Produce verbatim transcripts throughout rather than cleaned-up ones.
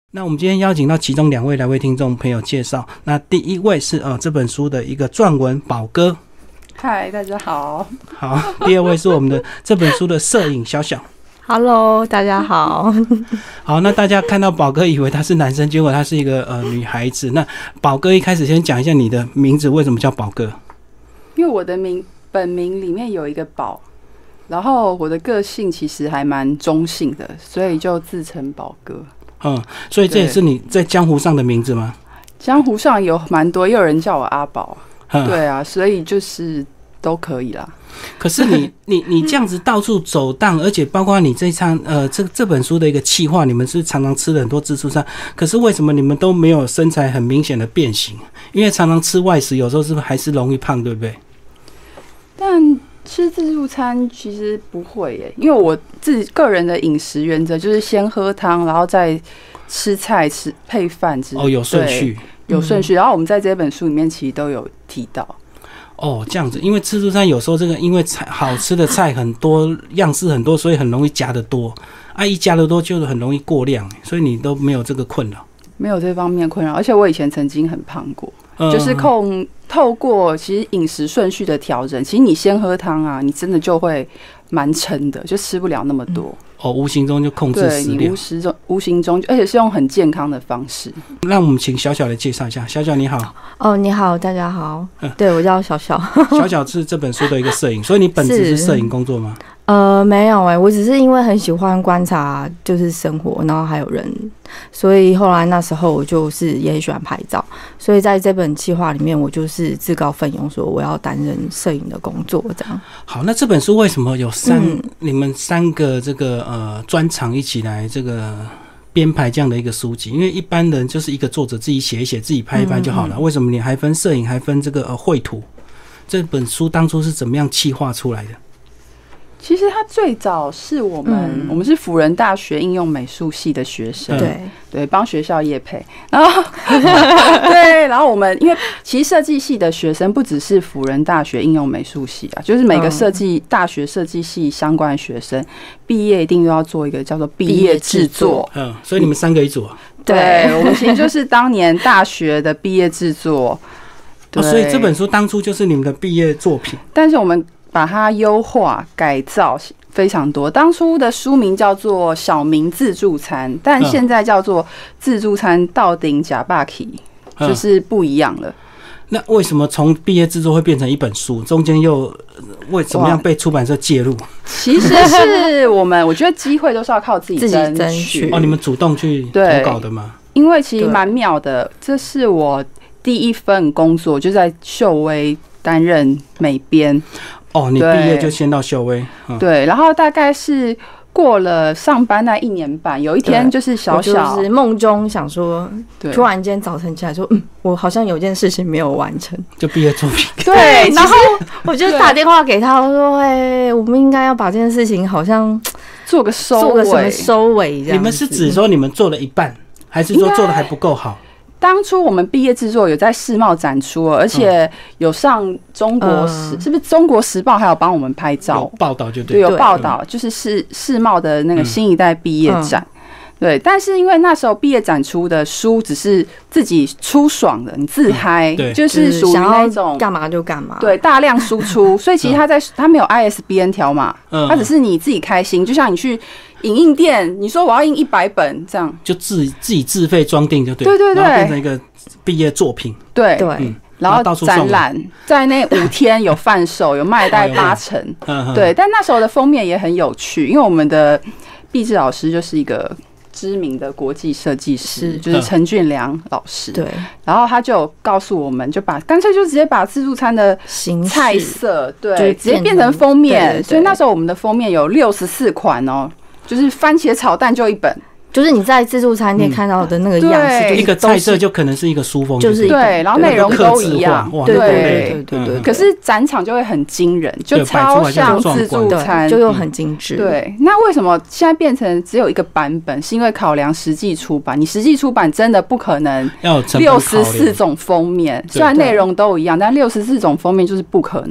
那我们今天邀请到其中两位来为听众朋友介绍。那第一位是呃这本书的一个撰文宝哥， 嗨，大家好。 好，第二位是我们的这本书的摄影小小。 Hello， 大家好。 好，那大家看到宝哥以为他是男生，结果他是一个呃女孩子。那宝哥一开始先讲一下你的名字为什么叫宝哥？ 因为我的名本名里面有一个宝，然后我的个性其实还蛮中性的，所以就自称宝哥。 嗯，所以这也是你在江湖上的名字吗？ 江湖上有蛮多，也有人叫我阿宝。对啊，所以就是都可以啦。 可是你你你这样子到处走荡，而且包括你这场呃这这本书的一个企划，你们是常常吃了很多自助餐，可是为什么你们都没有身材很明显的变形？因为常常吃外食，有时候是不是还是容易胖，对不对？ 但吃自助餐其实不会耶，因为我自己个人的饮食原则就是先喝汤，然后再吃菜、吃配饭之类的。 哦，有顺序， 有顺序。然后我们在这本书里面其实都有提到。 哦，这样子，因为自助餐有时候这个因为菜好吃的菜很多，样式很多，所以很容易加得多啊，一加得多就很容易过量，所以你都没有这个困扰。 没有这方面困扰，而且我以前曾经很胖过，嗯、就是控透过其实饮食顺序的调整，其实你先喝汤啊，你真的就会蛮撑的，就吃不了那么多。嗯哦，无形中就控制食量， 对，你无形中无形中，而且是用很健康的方式。 让我们请小小来介绍一下。小小你好。 哦，你好，大家好。嗯、对，我叫小小。 小小是这本书的一个摄影，所以你本职是摄影工作吗？ 呃，没有哎、欸，我只是因为很喜欢观察，就是生活，然后还有人，所以后来那时候我就是也很喜欢拍照，所以在这本企划里面，我就是自告奋勇说我要担任摄影的工作，这样。 好，那这本书为什么有三、嗯、你们三个这个呃专长一起来这个编排这样的一个书籍？因为一般人就是一个作者自己写一写，自己拍一拍就好了。嗯嗯为什么你还分摄影，还分这个呃绘图？这本书当初是怎么样企划出来的？ 其实他最早是我们，嗯、我们是辅仁大学应用美术系的学生，对对，帮学校业配，然后对，然后我们因为其实设计系的学生不只是辅仁大学应用美术系啊，就是每个设计大学设计系相关的学生毕业一定又要做一个叫做毕业制作， 嗯，所以你们三个一组啊？ 对，我们其实就是当年大学的毕业制作，对、 哦，所以这本书当初就是你们的毕业作品， 但是我们把它优化改造非常多。当初的书名叫做《小明自助餐》，但现在叫做《自助餐到顶假霸气》，就是不一样了。 那为什么从毕业制作会变成一本书？中间又为怎么样被出版社介入？ 其实是我们，我觉得机会都是要靠自己争取。 哦，你们主动去投稿的吗？ 因为其实蛮妙的，这是我第一份工作，就在秀威担任美编。 哦，你毕业就先到秀威、 嗯，对，然后大概是过了上班那一年半，有一天就是小小就是梦中想说，突然间早晨起来说，嗯，我好像有件事情没有完成， 就毕业作品。 对， 然后我就打电话给他，我说，哎，我们应该要把这件事情好像做个收尾， 做个什么收尾这样。 你们是指说你们做了一半，还是说做的还不够好？ 当初我们毕业制作有在世贸展出，而且有上中国时，嗯、是不是中国时报还有帮我们拍照有报道就对， 对，有报道，就是世世贸的那个新一代毕业展。嗯嗯对，但是因为那时候毕业展出的书只是自己出爽的，你自嗨、嗯，就是属于那种干嘛就干嘛， 对，大量输出，所以其实它在它没有 I S B N 条码，它只是你自己开心，就像你去影印店，你说我要印一百本这样， 就自自己自费装订就对， 对对对， 然后变成一个毕业作品， 对对。嗯然后展览在那五天有贩售，有卖大概八成，对。但那时候的封面也很有趣，因为我们的毕志老师就是一个知名的国际设计师，就是陈俊良老师。对。然后他就告诉我们，就把干脆就直接把自助餐的菜色，对，直接变成封面。所以那时候我们的封面有六十四款哦，就是番茄炒蛋就一本。 就是你在自助餐店看到的那个样式， 一个菜色就可能是一个书封， 就是对，然后内容都一样， 对对对对对。 可是展场就会很惊人，就超像自助餐， 就又很精致。 对，那为什么现在变成只有一个版本？是因为考量实际出版，你实际出版真的不可能六十四种封面，虽然内容都一样，但六十四种封面就是不可能。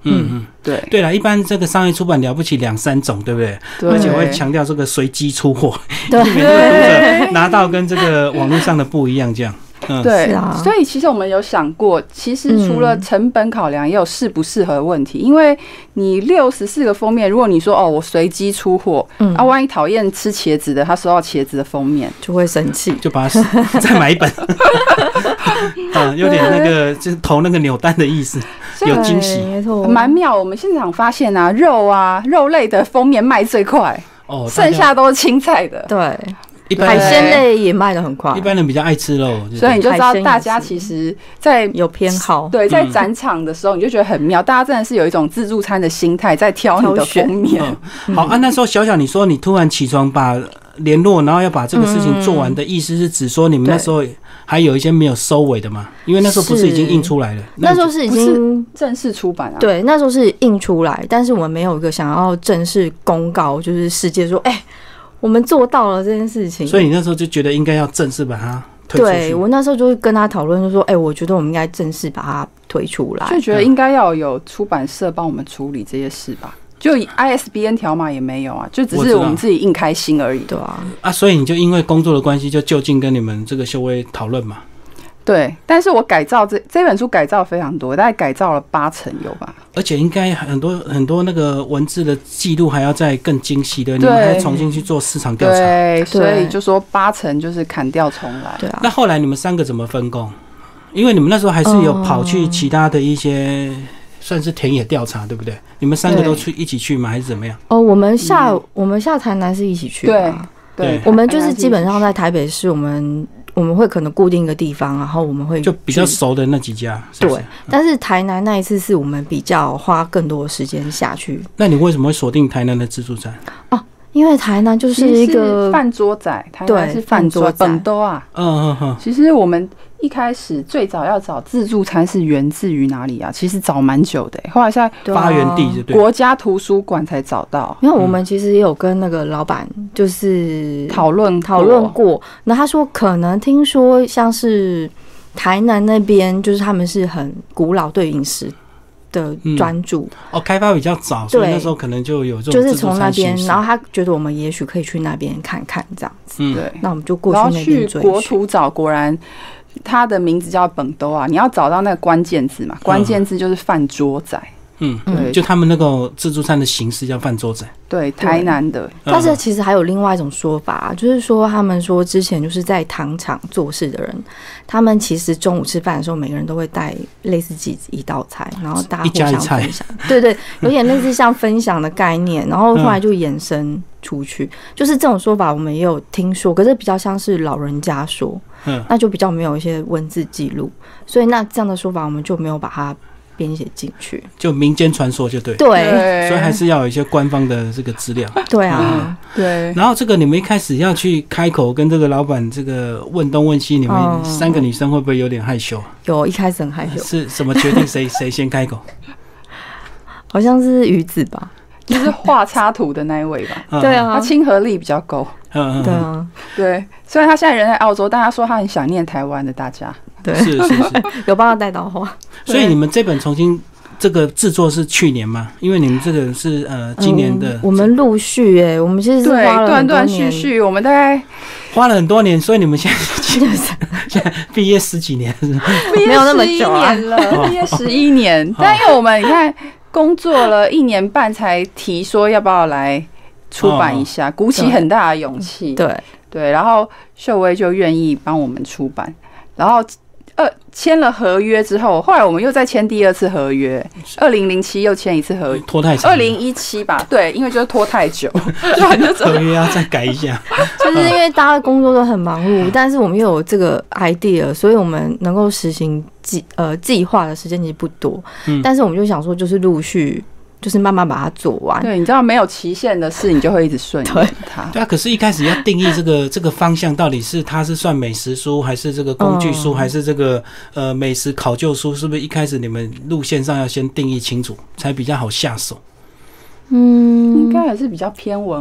嗯嗯， 对对了，一般这个商业出版了不起两三种，对不对？ 对， 而且会强调这个随机出货， 对， 避免这个读者拿到跟这个网络上的不一样，这样。 嗯，对啊，所以其实我们有想过，其实除了成本考量，也有适不适合的问题。因为你六十四个封面，如果你说哦，我随机出货，嗯，啊，万一讨厌吃茄子的，他收到茄子的封面就会生气， 就把它再买一本，嗯，有点那个就是投那个扭蛋的意思，有惊喜， 没错， 蛮妙。我们现场发现啊，肉啊，肉类的封面卖最快，哦，剩下都是青菜的， 对。海鲜类也卖得很快， 一般人比较爱吃肉， 所以你就知道大家其实在有偏好。 对，在展场的时候，你就觉得很妙，大家真的是有一种自助餐的心态在挑你的封面。 嗯、好啊，那时候小小你说你突然起床把联络，然后要把这个事情做完的意思是指说你们那时候还有一些没有收尾的嘛？因为那时候不是已经印出来了， 那时候是已经正式出版啊。 对，那时候是印出来，但是我们没有一个想要正式公告，就是世界说，哎、欸。我们做到了这件事情， 所以你那时候就觉得应该要正式把它推出去。 对，我那时候就跟他讨论，就说：“哎、欸，我觉得我们应该正式把它推出来。” 就觉得应该要有出版社帮我们处理这些事吧。就 I S B N 条码也没有啊，就只是我们自己硬开心而已。 对啊， 啊，所以你就因为工作的关系，就就近跟你们这个修威讨论嘛。 对，但是我改造这这本书改造非常多，大概改造了八成有吧。 而且应该很多很多那个文字的记录还要再更精细的，你们还重新去做市场调查。 对，所以就说八成就是砍掉重来。 对啊。 那后来你们三个怎么分工？因为你们那时候还是有跑去其他的一些算是田野调查，对不对？你们三个都去一起去吗？还是怎么样？ 哦，我们下、嗯、我们下台南是一起去的。 对对， 我们就是基本上在台北市，我们。我们会可能固定一个地方，然后我们会就比较熟的那几家，是不是？ 对。但是台南那一次是我们比较花更多的时间下去。 那你为什么会锁定台南的自助餐？ 哦，因为台南就是一个饭桌仔，台南是饭桌仔，本多啊。嗯嗯嗯。其实我们一开始最早要找自助餐是源自于哪里啊？其实找蛮久的、欸，后来在发源地是国家图书馆才找到。 因为我们其实也有跟那个老板就是讨论讨论过，那他说可能听说像是台南那边，就是他们是很古老对饮食的专注、 嗯、哦，开发比较早，所以那时候可能就有这种就是从那边，然后他觉得我们也许可以去那边看看这样子，嗯，对，那我们就过去那边追寻。 然后去国图找，果然。它的名字叫本兜啊，你要找到那个关键字嘛，关键字就是饭桌仔。 嗯，对，就他们那个自助餐的形式叫饭桌仔。 对，台南的。 但是其实还有另外一种说法，就是说他们说之前就是在糖厂做事的人，他们其实中午吃饭的时候，每个人都会带类似几一道菜，然后大家互相分享。对对，有点类似像分享的概念，然后后来就延伸出去，就是这种说法我们也有听说，可是比较像是老人家说。嗯，那就比较没有一些文字记录，所以那这样的说法我们就没有把它编写进去， 就民间传说就对。 对， 所以还是要有一些官方的这个资料。 对啊， 嗯、对。 然后这个你们一开始要去开口跟这个老板这个问东问西，你们三个女生会不会有点害羞？ 有，一开始很害羞。 是什么决定谁谁先开口？ 好像是鱼子吧。 就是画插图的那一位吧， 对啊， 他亲和力比较够， 嗯对啊， 对。虽然他现在人在澳洲，但他说他很想念台湾的大家， 对， 是是是， 有帮他带到话。 所以你们这本重新这个制作是去年吗？因为你们这个是呃今年的， 嗯、我们陆续哎、欸，我们其实是花了断断续续，我们大概花了很多年，所以你们现在现在毕业十几年是吗？ 没有那么久啊， 毕业十一年，但因为我们你看。工作了一年半才提说要不要来出版一下，鼓起很大的勇气。 对对，然后秀威就愿意帮我们出版，然后呃签了合约之后，后来我们又再签第二次合约，二零零七又签一次合约， 拖太长。 二零一七吧，对，因为就是拖太久，就很多合约要再改一下。 就是因为大家工作都很忙碌，但是我们又有这个 idea， 所以我们能够实行计呃计划的时间其实不多，嗯，但是我们就想说，就是陆续。就是慢慢把它做完。 对，你知道没有期限的事，你就会一直顺应它。 对啊，可是一开始要定义这个这个方向，到底是它是算美食书，还是这个工具书，嗯、还是这个呃美食考究书？是不是一开始你们路线上要先定义清楚，才比较好下手？ 嗯，应该还是比较偏文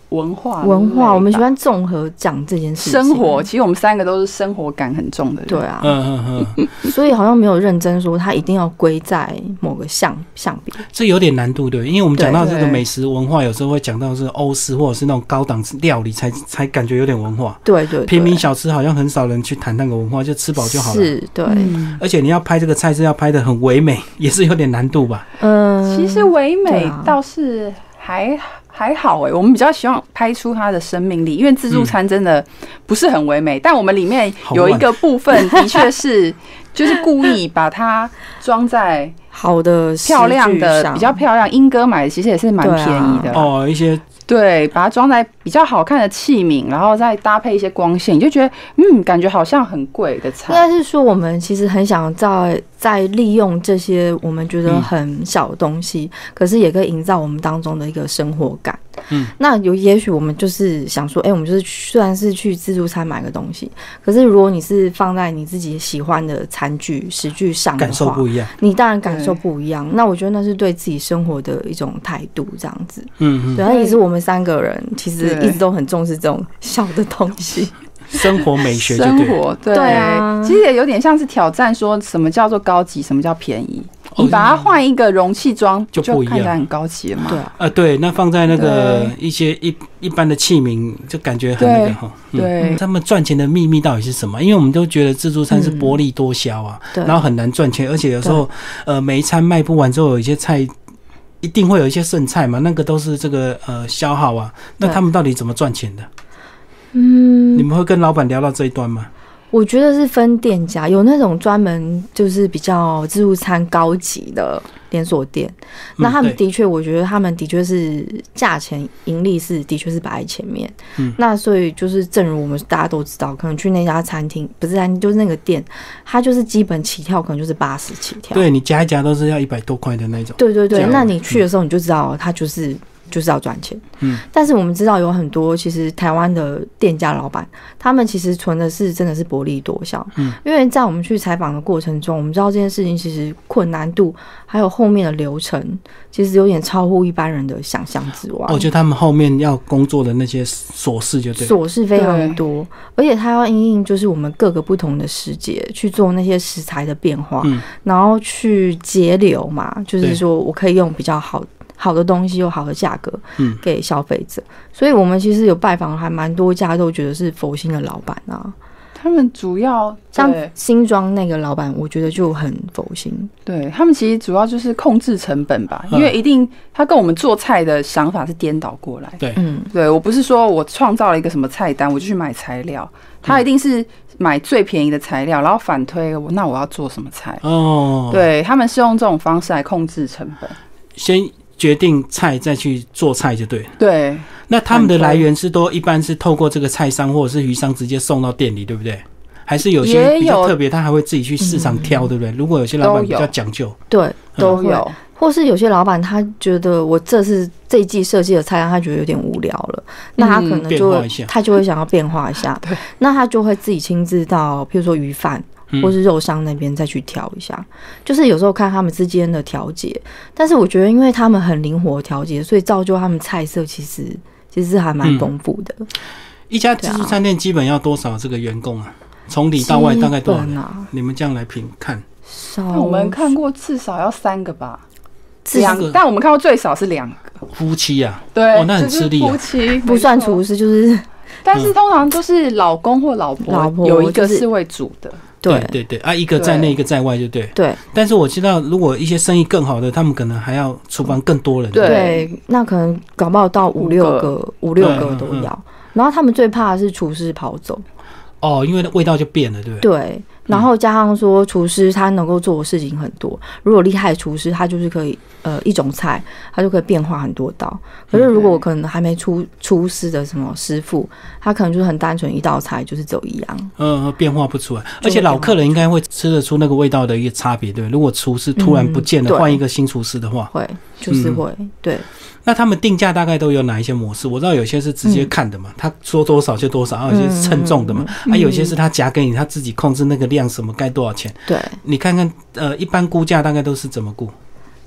文化文化，我们喜欢综合讲这件事情。 生活，其实我们三个都是生活感很重的人。 对啊，嗯嗯嗯，所以好像没有认真说它一定要归在某个项项别， 这有点难度，对，因为我们讲到这个美食文化，有时候会讲到是欧式或者是那种高档料理才才感觉有点文化。 对 对, 对， 平民小吃好像很少人去谈那个文化，就吃饱就好了。 是，对、嗯。 而且你要拍这个菜是要拍得很唯美，也是有点难度吧？ 嗯，其实唯美倒是还。还好哎、欸，我们比较希望拍出它的生命力，因为自助餐真的不是很唯美，嗯、但我们里面有一个部分的确是，就是故意把它装在好的、 漂亮的、比较漂亮。英哥买的其实也是蛮便宜的、 啊、哦，一些。 对，把它装在比较好看的器皿，然后再搭配一些光线，你就觉得嗯，感觉好像很贵的菜。 应该是说，我们其实很想在在利用这些我们觉得很小的东西，嗯、可是也可以营造我们当中的一个生活感。嗯，那有也许我们就是想说，哎、欸，我们就是虽然是去自助餐买个东西，可是如果你是放在你自己喜欢的餐具食具上的话， 感受不一样， 你当然感受不一样。那我觉得那是对自己生活的一种态度，这样子。嗯嗯，对，那也是我们三个人其实一直都很重视这种小的东西。 生活美学就对， 生活 对, 对啊，其实也有点像是挑战，说什么叫做高级，什么叫便宜。你把它换一个容器装，就不一样，看起来很高级了嘛。 对啊， 呃，对，那放在那个一些一一般的器皿，就感觉很那个哈。 对， 嗯、他们赚钱的秘密到底是什么？因为我们都觉得自助餐是薄利多销啊，嗯、然后很难赚钱，而且有时候呃每一餐卖不完之后，有一些菜一定会有一些剩菜嘛，那个都是这个呃消耗啊。那他们到底怎么赚钱的？嗯，你们会跟老板聊到这一段吗？ 我觉得是分店家，有那种专门就是比较自助餐高级的连锁店，那他们的确，我觉得他们的确是价钱盈利是的确是摆在前面。嗯，那所以就是正如我们大家都知道，可能去那家餐厅不是餐厅就是那个店，它就是基本起跳可能就是八十起跳， 对你夹一夹都是要一百多块的那种。 对对对，那你去的时候你就知道它就是。就是要赚钱，嗯，但是我们知道有很多其实台湾的店家老板，他们其实存的是真的是薄利多销，嗯，因为在我们去采访的过程中，我们知道这件事情其实困难度还有后面的流程，其实有点超乎一般人的想象之外。 我觉得他们后面要工作的那些琐事就对， 琐事非常多，而且他要因应就是我们各个不同的时节去做那些食材的变化，嗯，然后去节流嘛，就是说我可以用比较好。好的东西有好的价格给消费者，嗯、所以我们其实有拜访还蛮多家都觉得是佛心的老板啊。 他们主要像新庄那个老板，我觉得就很佛心。 对，他们其实主要就是控制成本吧，因为一定他跟我们做菜的想法是颠倒过来。 对， 嗯，对我不是说我创造了一个什么菜单，我就去买材料，他一定是买最便宜的材料，然后反推那我要做什么菜。哦，对，他们是用这种方式来控制成本。 先决定菜再去做菜就对了。 对， 那他们的来源是都一般是透过这个菜商或者是鱼商直接送到店里，对不对？还是有些比较特别，他还会自己去市场挑，对不对？如果有些老板比较讲究， 对，都有。嗯、或是有些老板他觉得我这是这一季设计的菜单，他觉得有点无聊了，那他可能就会、嗯、他就会想要变化一下，对，那他就会自己亲自到，譬如说鱼贩。或是肉商那边再去调一下，就是有时候看他们之间的调节，但是我觉得因为他们很灵活调节，所以造就他们菜色其实其实还蛮丰富的、嗯。 一家自助餐店基本要多少这个员工啊？从里到外大概多少人？啊、你们这样来评看， 我们看过至少要三个吧，两个，但我们看过最少是两个夫妻啊。 对， 哦，那很吃力啊。 夫妻不算厨师，就是， 但是通常都是老公或老婆，老婆有一个是会煮的。 对对对啊，一个在内，一个在外，就对。 对。 但是我知道，如果一些生意更好的，他们可能还要厨房更多人。 对，对那可能搞不好到五六个、五六个都要。嗯嗯、然后他们最怕的是厨师跑走。 哦，因为味道就变了，对不对？对。然后加上说，厨师他能够做的事情很多。如果厉害的厨师，他就是可以呃一种菜，他就可以变化很多道。可是如果可能还没出出师的什么师傅，他可能就是很单纯一道菜就是只有一样， 嗯，变化不出来。而且老客人应该会吃得出那个味道的一个差别，对不对？如果厨师突然不见了，换、嗯、一个新厨师的话， 会就是会、嗯、对。 那他们定价大概都有哪一些模式？我知道有些是直接看的嘛，嗯、他说多少就多少，有些是称重的嘛，嗯、啊，有些是他夹给你，他自己控制那个量，什么该多少钱。 对， 你看看，呃，一般估价大概都是怎么估？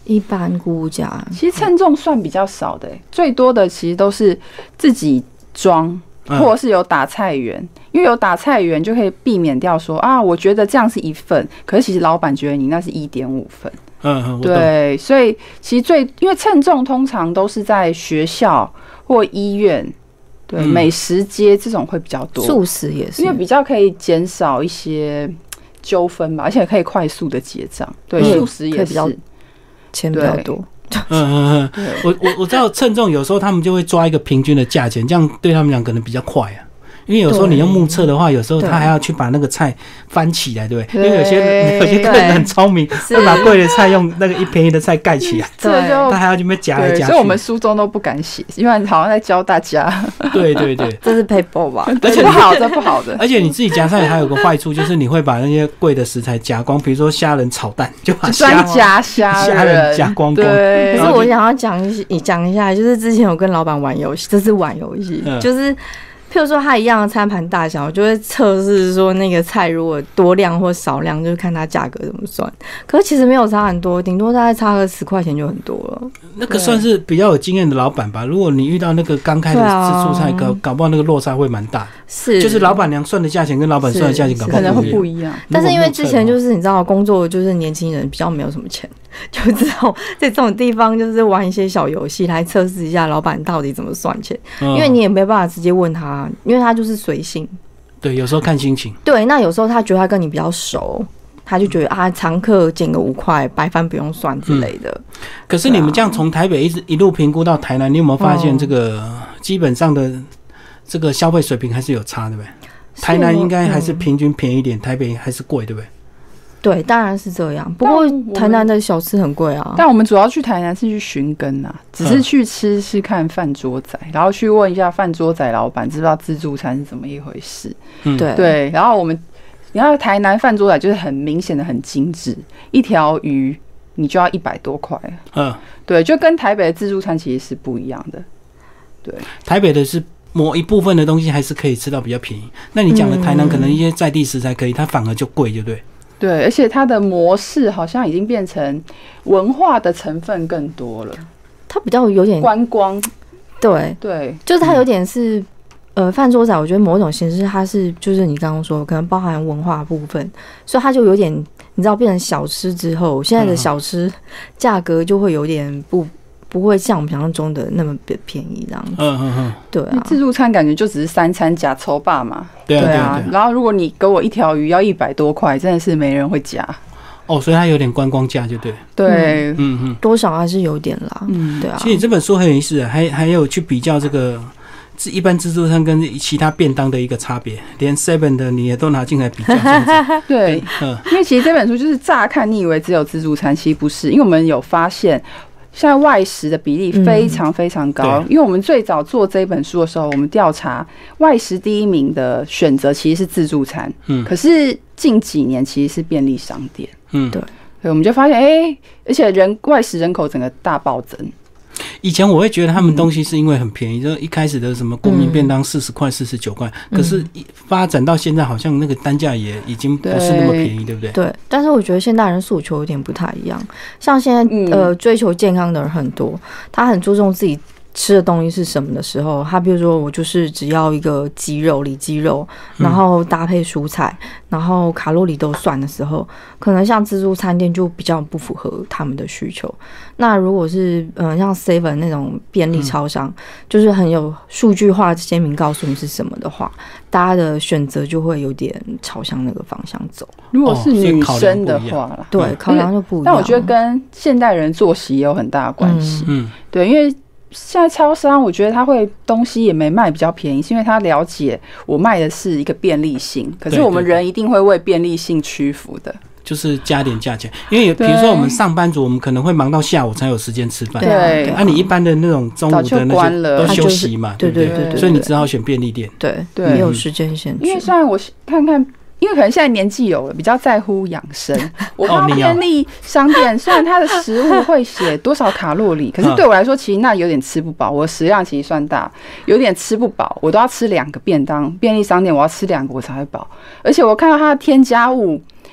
一般估价， 其实称重算比较少的、欸，最多的其实都是自己装，或者是有打菜园，因为有打菜园就可以避免掉说啊，我觉得这样是一份，可是其实老板觉得你那是一点五份。 嗯， 对，所以其实最因为称重通常都是在学校或医院，对、嗯、美食街这种会比较多， 素食也是， 因为比较可以减少一些纠纷吧，而且可以快速的结账。对，素食也是钱比较多。 嗯嗯嗯，我我我知道称重有时候他们就会抓一个平均的价钱，这样对他们讲可能比较快啊。因为有时候你用目测的话，有时候他还要去把那个菜翻起来，对不对？因为有些有些客人很聪明，会把贵的菜用那个一便宜的菜盖起来， 这就他还要这边夹来夹去。 所以我们书中都不敢写，因为好像在教大家。 对对对， 这是 paper 吧？ 而且不好，这不好的。 而且你自己夹菜还有个坏处，就是你会把那些贵的食材夹光，比如说虾仁炒蛋，就把专夹虾虾仁夹光光。 对。 可是我想要讲一讲一下，就是之前有跟老板玩游戏，这是玩游戏，嗯、就是。譬如说它一样的餐盘大小，我就会测试说那个菜如果多量或少量，就是看它价格怎么算。可是其实没有差很多，顶多大概差个十块钱就很多了。 那个算是比较有经验的老板吧。如果你遇到那个刚开始吃蔬菜，搞搞不好那个落差会蛮大。 是， 就是老板娘算的价钱跟老板算的价钱搞不好可能会不一样。 但是因为之前就是你知道工作就是年轻人比较没有什么钱，就只有在这种地方就是玩一些小游戏来测试一下老板到底怎么算钱，嗯、因为你也没办法直接问他，因为他就是随性。 对，有时候看心情。 对，那有时候他觉得他跟你比较熟。他就觉得啊，常客减个五块，白饭不用算之类的。嗯、 可是你们这样从台北一直一路评估到台南，你有没有发现这个基本上的这个消费水平还是有差，对不对？台南应该还是平均便宜一点，嗯、台北还是贵，对不对？ 对，当然是这样。不过台南的小吃很贵啊。 但我们主要去台南是去寻根啊，只是去吃吃看饭桌仔，嗯、然后去问一下饭桌仔老板知不知道自助餐是怎么一回事。 嗯、对对，然后我们。你看台南饭桌仔就是很明显的很精致，一条鱼你就要一百多块。嗯，对，就跟台北的自助餐其实是不一样的。对， 台北的是某一部分的东西还是可以吃到比较便宜，那你讲的台南可能一些在地食材可以，它反而就贵，对不对？ 对，而且它的模式好像已经变成文化的成分更多了， 它比较有点观光。 对对， 就是它有点是。嗯呃，饭桌仔，我觉得某种形式它是，就是你刚刚说，可能包含文化部分，所以它就有点，你知道，变成小吃之后，现在的小吃价格就会有点不不会像我们想象中的那么便宜这样子。嗯嗯嗯，对啊， 自助餐感觉就只是三餐加抽霸嘛。 对啊，对啊。 然后如果你给我一条鱼要一百多块，真的是没人会夹。 哦，所以它有点观光价，就对。 对， 嗯嗯， 多少还是有点啦。嗯，对啊。 其实你这本书很有意思，还还有去比较这个。一般自助餐跟其他便当的一个差别，连 seven 的你也都拿进来比较。 对，嗯，因为其实这本书就是乍看你以为只有自助餐，其实不是，因为我们有发现，现在外食的比例非常非常高。嗯、因为我们最早做这本书的时候，我们调查外食第一名的选择其实是自助餐，嗯，可是近几年其实是便利商店，嗯，对，所以我们就发现，哎、欸，而且人外食人口整个大暴增。 以前我会觉得他们东西是因为很便宜，嗯、就一开始的什么国民便当四十块、四十九块，可是发展到现在，好像那个单价也已经不是那么便宜，对不对？ 对。但是我觉得现代人诉求有点不太一样，像现在、嗯、呃追求健康的人很多，他很注重自己吃的东西是什么的时候，他比如说我就是只要一个鸡肉里脊肉，然后搭配蔬菜，然后卡路里都算的时候，可能像自助餐店就比较不符合他们的需求。那如果是呃像 seven 那种便利超商，嗯、就是很有数据化鲜明告诉你是什么的话，大家的选择就会有点朝向那个方向走。 如果是女生的话啦， 哦、对，考量就不一样。 但我觉得跟现代人作息也有很大的关系。嗯，对，因为现在超商，我觉得他会东西也没卖比较便宜，是因为他了解我卖的是一个便利性，可是我们人一定会为便利性屈服的， 就是加点价钱。因为比如说我们上班族，我们可能会忙到下午才有时间吃饭， 对， 啊，你一般的那种中午的那些都休息嘛， 对对对对， 所以你只好选便利店， 对对，没有时间限制。 因为虽然我看看。因为可能现在年纪有了，比较在乎养生。我看到便利商店，虽然它的食物会写多少卡路里，可是对我来说，其实那有点吃不饱。我的食量其实算大，有点吃不饱，我都要吃两个便当。便利商店我要吃两个我才会饱。而且我看到它的添加物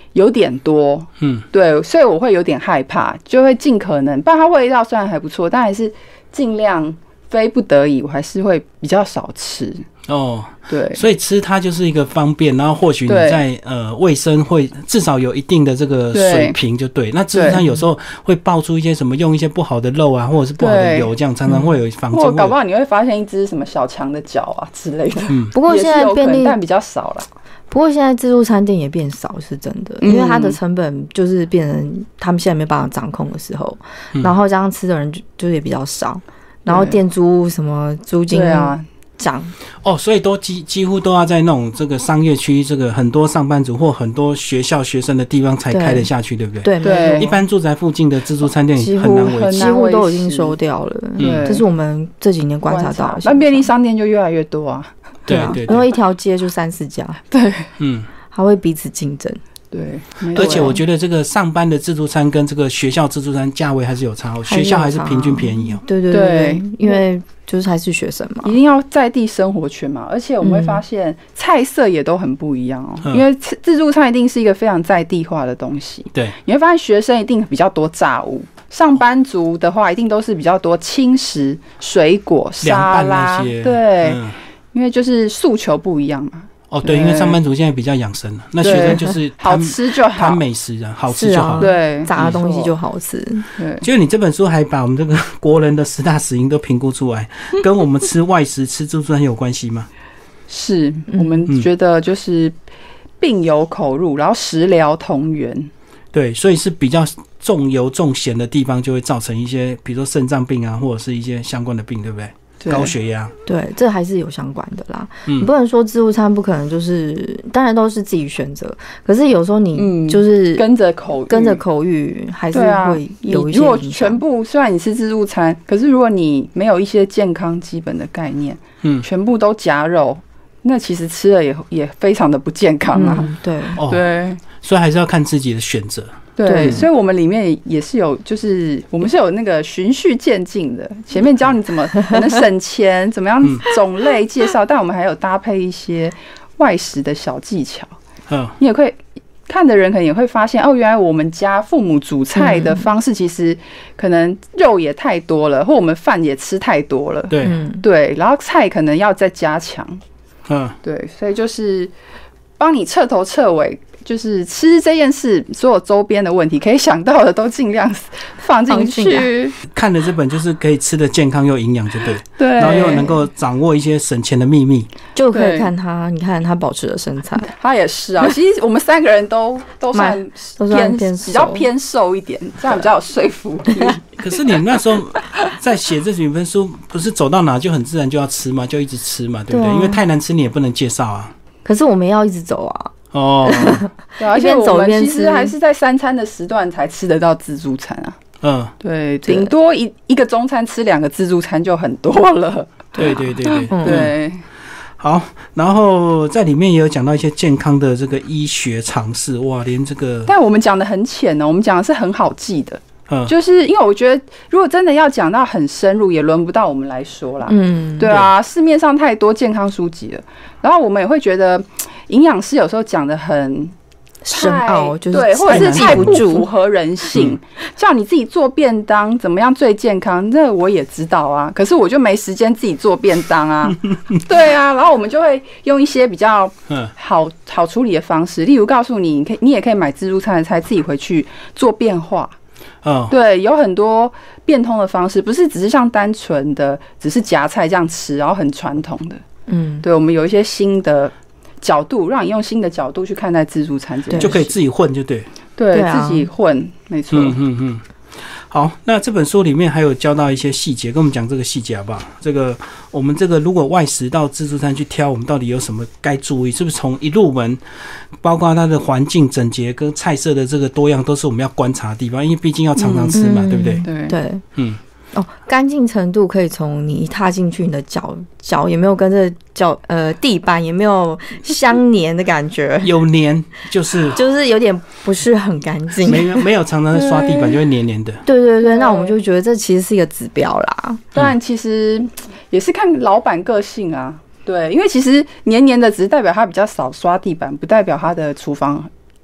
有点多，嗯，对，所以我会有点害怕，就会尽可能，不然它味道虽然还不错，但还是尽量非不得已，我还是会比较少吃。 哦， 对， 所以吃它就是一个方便，然后或许你在呃卫生会至少有一定的这个水平就对。那自助餐有时候会爆出一些什么用一些不好的肉啊，或者是不好的油，这样常常会有房间。 或搞不好你会发现一只什么小强的脚啊之类的。 嗯，不过现在便利但比较少了。 不过现在自助餐店也变少，是真的，因为它的成本就是变成他们现在没办法掌控的时候，嗯、然后这样吃的人就就也比较少，然后店租什么租金啊。涨哦，所以都几几乎都要在那种这个商业区，这个很多上班族或很多学校学生的地方才开得下去，对不对？ 对对， 一般住宅附近的自助餐店很难维持， 几乎都已经收掉了。嗯，这是我们这几年观察到的。 那便利商店就越来越多啊， 对啊， 然后一条街就三四家， 对， 嗯， 还会彼此竞争。 对， 而且我觉得这个上班的自助餐跟这个学校自助餐价位还是有差，学校还是平均便宜哦。 对对对，因为就是还是学生嘛， 一定要在地生活圈嘛，而且我们会发现菜色也都很不一样哦。嗯、因为自助餐一定是一个非常在地化的东西， 对， 你会发现学生一定比较多炸物，上班族的话一定都是比较多轻食、水果、沙拉，对、嗯，因为就是诉求不一样嘛。 哦，对，因为上班族现在比较养生了，那学生就是好吃就好， 谈美食啊，好吃就好， 对， 炸的东西就好吃。 对， 就是你这本书还把我们这个国人的十大死因都评估出来，跟我们吃外食、吃自助餐有关系吗？ 是我们觉得就是病由口入，然后食疗同源。 对，所以是比较重油重咸的地方，就会造成一些，比如说肾脏病啊，或者是一些相关的病，对不对？高血压， 对，这还是有相关的啦。嗯、你不能说自助餐不可能，就是当然都是自己选择，可是有时候你就是跟着口跟着口欲，还是会有一些影响。 如果全部虽然你吃自助餐，可是如果你没有一些健康基本的概念，嗯，全部都夹肉，那其实吃了也也非常的不健康啊。 嗯、对、 哦、 对， 所以还是要看自己的选择。 对，所以我们里面也是有，就是我们是有那个循序渐进的，前面教你怎么可能省钱，怎么样种类介绍，但我们还有搭配一些外食的小技巧。嗯，你也会看的人可能也会发现，哦，原来我们家父母煮菜的方式其实可能肉也太多了，或我们饭也吃太多了。 对对，然后菜可能要再加强。嗯，对，所以就是帮你彻头彻尾。就是吃这件事，所有周边的问题可以想到的都尽量放进去。 看了这本就是可以吃的健康又营养，就对， 对， 然后又能够掌握一些省钱的秘密， 就可以看他，你看他保持的身材， 他也是啊。其实我们三个人都都算偏比较偏瘦一点，这样比较有说服力。 可是你那时候在写这几本书，不是走到哪就很自然就要吃嘛，就一直吃嘛，对不对？对啊、因为太难吃你也不能介绍啊。 可是我们要一直走啊。 哦， 对，而且我们其实还是在三餐的时段才吃得到自助餐啊。嗯，对，顶多一一个中餐吃两个自助餐就很多了。 对对对对、 嗯、对。 好，然后在里面也有讲到一些健康的这个医学常识，哇，连这个， 但我们讲的很浅呢、喔，我们讲的是很好记的。嗯，就是因为我觉得，如果真的要讲到很深入，也轮不到我们来说啦。嗯，对啊，市面上太多健康书籍了，然后我们也会觉得营养师有时候讲的很深奥，就是对，或者是太不符合人性。叫你自己做便当怎么样最健康？那我也知道啊，可是我就没时间自己做便当啊。对啊，然后我们就会用一些比较好好处理的方式，例如告诉你，你可以，你也可以买自助餐的菜，自己回去做变化。Oh. 对，有很多变通的方式，不是只是像单纯的只是夹菜这样吃，然后很传统的。嗯，对，我们有一些新的角度，让你用新的角度去看待自助餐这件事， 就可以自己混，就对。 对，对啊、自己混，没错。 嗯嗯嗯。好，那这本书里面还有教到一些细节，跟我们讲这个细节好不好？这个我们这个如果外食到自助餐去挑，我们到底有什么该注意？是不是从一入门，包括它的环境整洁跟菜色的这个多样，都是我们要观察的地方？因为毕竟要常常吃嘛，嗯、对不对？ 对对，嗯。哦，干净程度可以从你一踏进去，你的脚脚有没有跟着脚呃地板有没有相黏的感觉？ 有黏，就是就是有点不是很干净， 没有没有常常刷地板就会黏黏的。 对对对，那我们就觉得这其实是一个指标啦。 当然，其实也是看老板个性啊。对，因为其实黏黏的只是代表他比较少刷地板，不代表他的厨房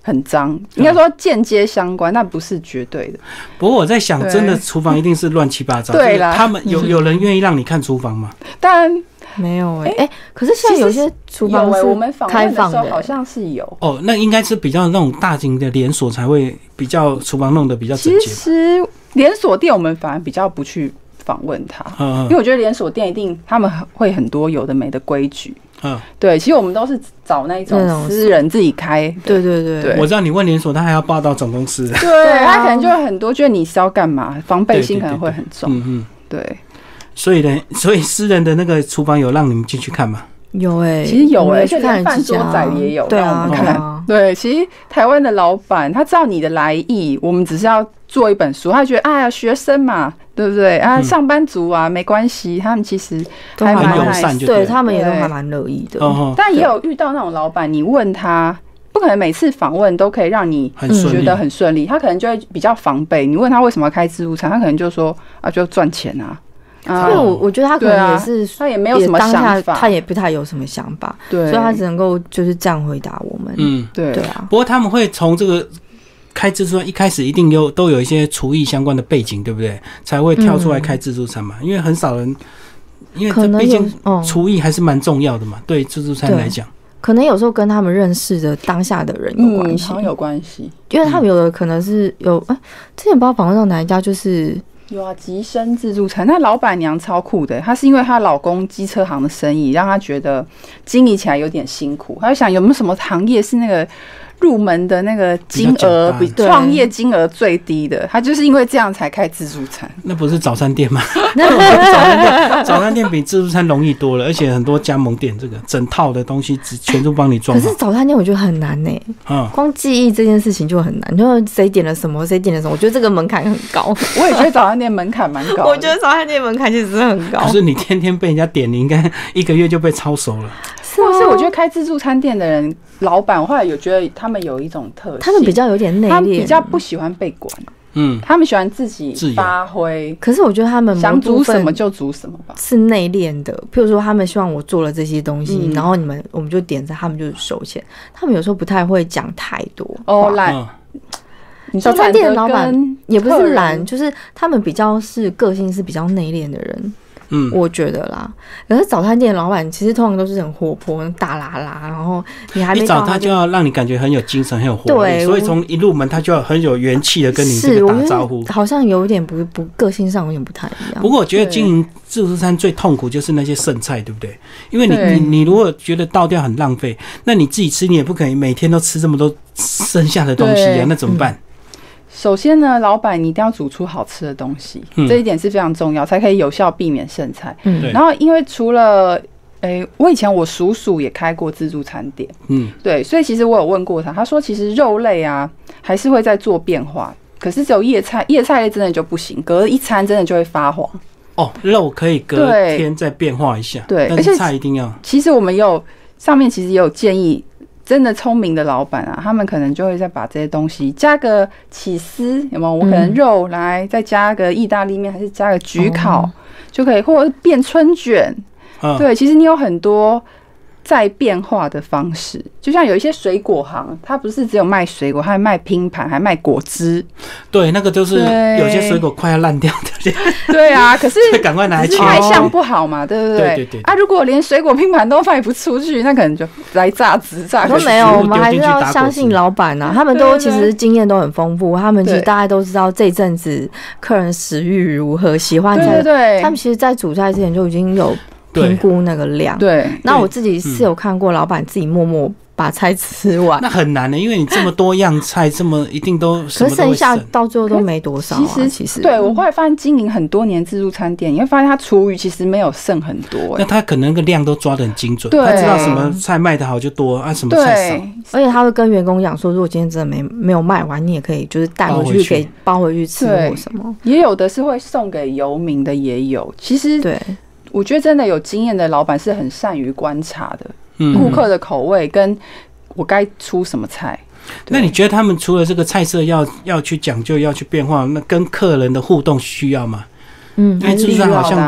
很脏，应该说间接相关，但不是绝对的。 不过我在想，真的厨房一定是乱七八糟。 对啦， 他们有有人愿意让你看厨房吗？ 当然没有哎、欸、哎、欸，可是现在有些厨房是开放的、欸， 好像是有哦。那应该是比较那种大型的连锁才会比较厨房弄得比较整洁。 其实连锁店我们反而比较不去访问他，嗯、因为我觉得连锁店一定他们会很多有的没的规矩。嗯，对，其实我们都是找那种私人自己开。 对对 对, 对， 我知道你问连锁，他还要报到总公司。 对，他可能就会很多，觉得你是要干嘛，防备心可能会很重。嗯嗯，对。 所以呢，所以私人的那个厨房有让你们进去看吗？ 有哎、欸， 其实有哎、欸，就连饭桌仔也有让我们看。啊、对，其实台湾的老板他知道你的来意，我们只是要做一本书，他觉得哎呀学生嘛，对不对啊？上班族啊，没关系，他们其实还蛮友善，对他们也都还蛮乐意的。 但也有遇到那种老板，你问他，不可能每次访问都可以让你觉得很顺利，他可能就会比较防备。你问他为什么开自助餐，他可能就说啊，就赚钱啊。 因为我我觉得他可能也是、 啊、他也没有什么想法， 他也不太有什么想法，对，所以他只能够就是这样回答我们。嗯， 对对啊。 不过他们会从这个开自助餐一开始一定有都有一些厨艺相关的背景，对不对？才会跳出来开自助餐嘛。嗯、因为很少人，因为这毕竟厨艺还是蛮重要的嘛，对自助餐来讲。 可能有时候跟他们认识的当下的人有关系， 嗯、有关系。 因为他们有的可能是有，哎、欸，之前不知道访问到哪一家，就是有啊，吉生自助餐，那老板娘超酷的，她是因为她老公机车行的生意，让她觉得经营起来有点辛苦，她就想有没有什么行业是那个入门的那个金额比创业金额最低的，他就是因为这样才开自助餐。 那不是早餐店吗？早餐店早餐店比自助餐容易多了，而且很多加盟店，这个整套的东西只全都帮你装好。 可是早餐店我觉得很难呢、欸，嗯，光记忆这件事情就很难，就是谁点了什么，谁点了什么，我觉得这个门槛很高。 我也觉得早餐店门槛蛮高的， 我觉得早餐店门槛其实真的很高。 可是你天天被人家点，你应该一个月就被抄熟了。 是啊，是我觉得开自助餐店的人，老板后来有觉得他们有一种特性， 他们比较有点内敛， 他们比较不喜欢被管，嗯，他们喜欢自己发挥。 可是我觉得他们想煮什么就煮什么吧， 是內斂的。譬如说，他们希望我做了这些东西，嗯、然后你们我们就点着，他们就收钱。他们有时候不太会讲太多哦，懒。 早餐店的老板也不是懒，就是他们比较是个性是比较内敛的人。嗯，我觉得啦。可是早餐店的老板其实通常都是很活泼、大啦啦，然后你还没一早他就要让你感觉很有精神、很有活力，所以从一入门他就要很有元气的跟你这个打招呼。 好像有点不不个性上有点不太一样。 不过我觉得经营自助餐最痛苦就是那些剩菜，对不对？因为你你你如果觉得倒掉很浪费，那你自己吃你也不可能每天都吃这么多剩下的东西啊，那怎么办？嗯首先呢，老板你一定要煮出好吃的东西，嗯、这一点是非常重要，才可以有效避免剩菜。嗯，然后因为除了，诶、欸，我以前我叔叔也开过自助餐店，嗯，对，所以其实我有问过他，他说其实肉类啊还是会在做变化，可是只有叶菜，叶菜类真的就不行，隔一餐真的就会发黄。 哦，肉可以隔天再变化一下，对，但是菜一定要。 其实我们有上面其实也有建议。真的聪明的老板啊，他们可能就会再把这些东西加个起司，有没有？我可能肉来再加个意大利面，还是加个焗烤、哦、就可以，或者变春卷。嗯、对，其实你有很多再变化的方式，就像有一些水果行，它不是只有卖水果，它还卖拼盘，还卖果汁。 对，那个就是有些水果快要烂掉的。 对啊，可是赶快拿来切， 卖相不好嘛，对不对？ 对对对。 啊，如果连水果拼盘都卖不出去，那可能就来榨汁榨。 都没有，我们还是要相信老板啊，他们都其实经验都很丰富，他们其实大家都知道这阵子客人食欲如何，喜欢菜。 对对。 他们其实，在煮菜之前就已经有评估那个量。 对。 那我自己是有看过老板自己默默把菜吃完， 那很难的，因为你这么多样菜，这么一定都什么都会剩，可是剩下到最后都没多少、啊。 其实， 其实对我后来发现经营很多年自助餐店，你会发现他厨余其实没有剩很多、欸。 那他可能那个量都抓得很精准，他知道什么菜卖得好就多啊，什么菜少。 而且他会跟员工讲说，如果今天真的没没有卖完，你也可以就是带回去给包回去吃或什么。 也有的是会送给游民的，也有。其实对。我觉得真的有经验的老板是很善于观察的，顾客的口味跟我该出什么菜。 那你觉得他们除了这个菜色要要去讲究、要去变化，那跟客人的互动需要吗？嗯，因为自助餐好像都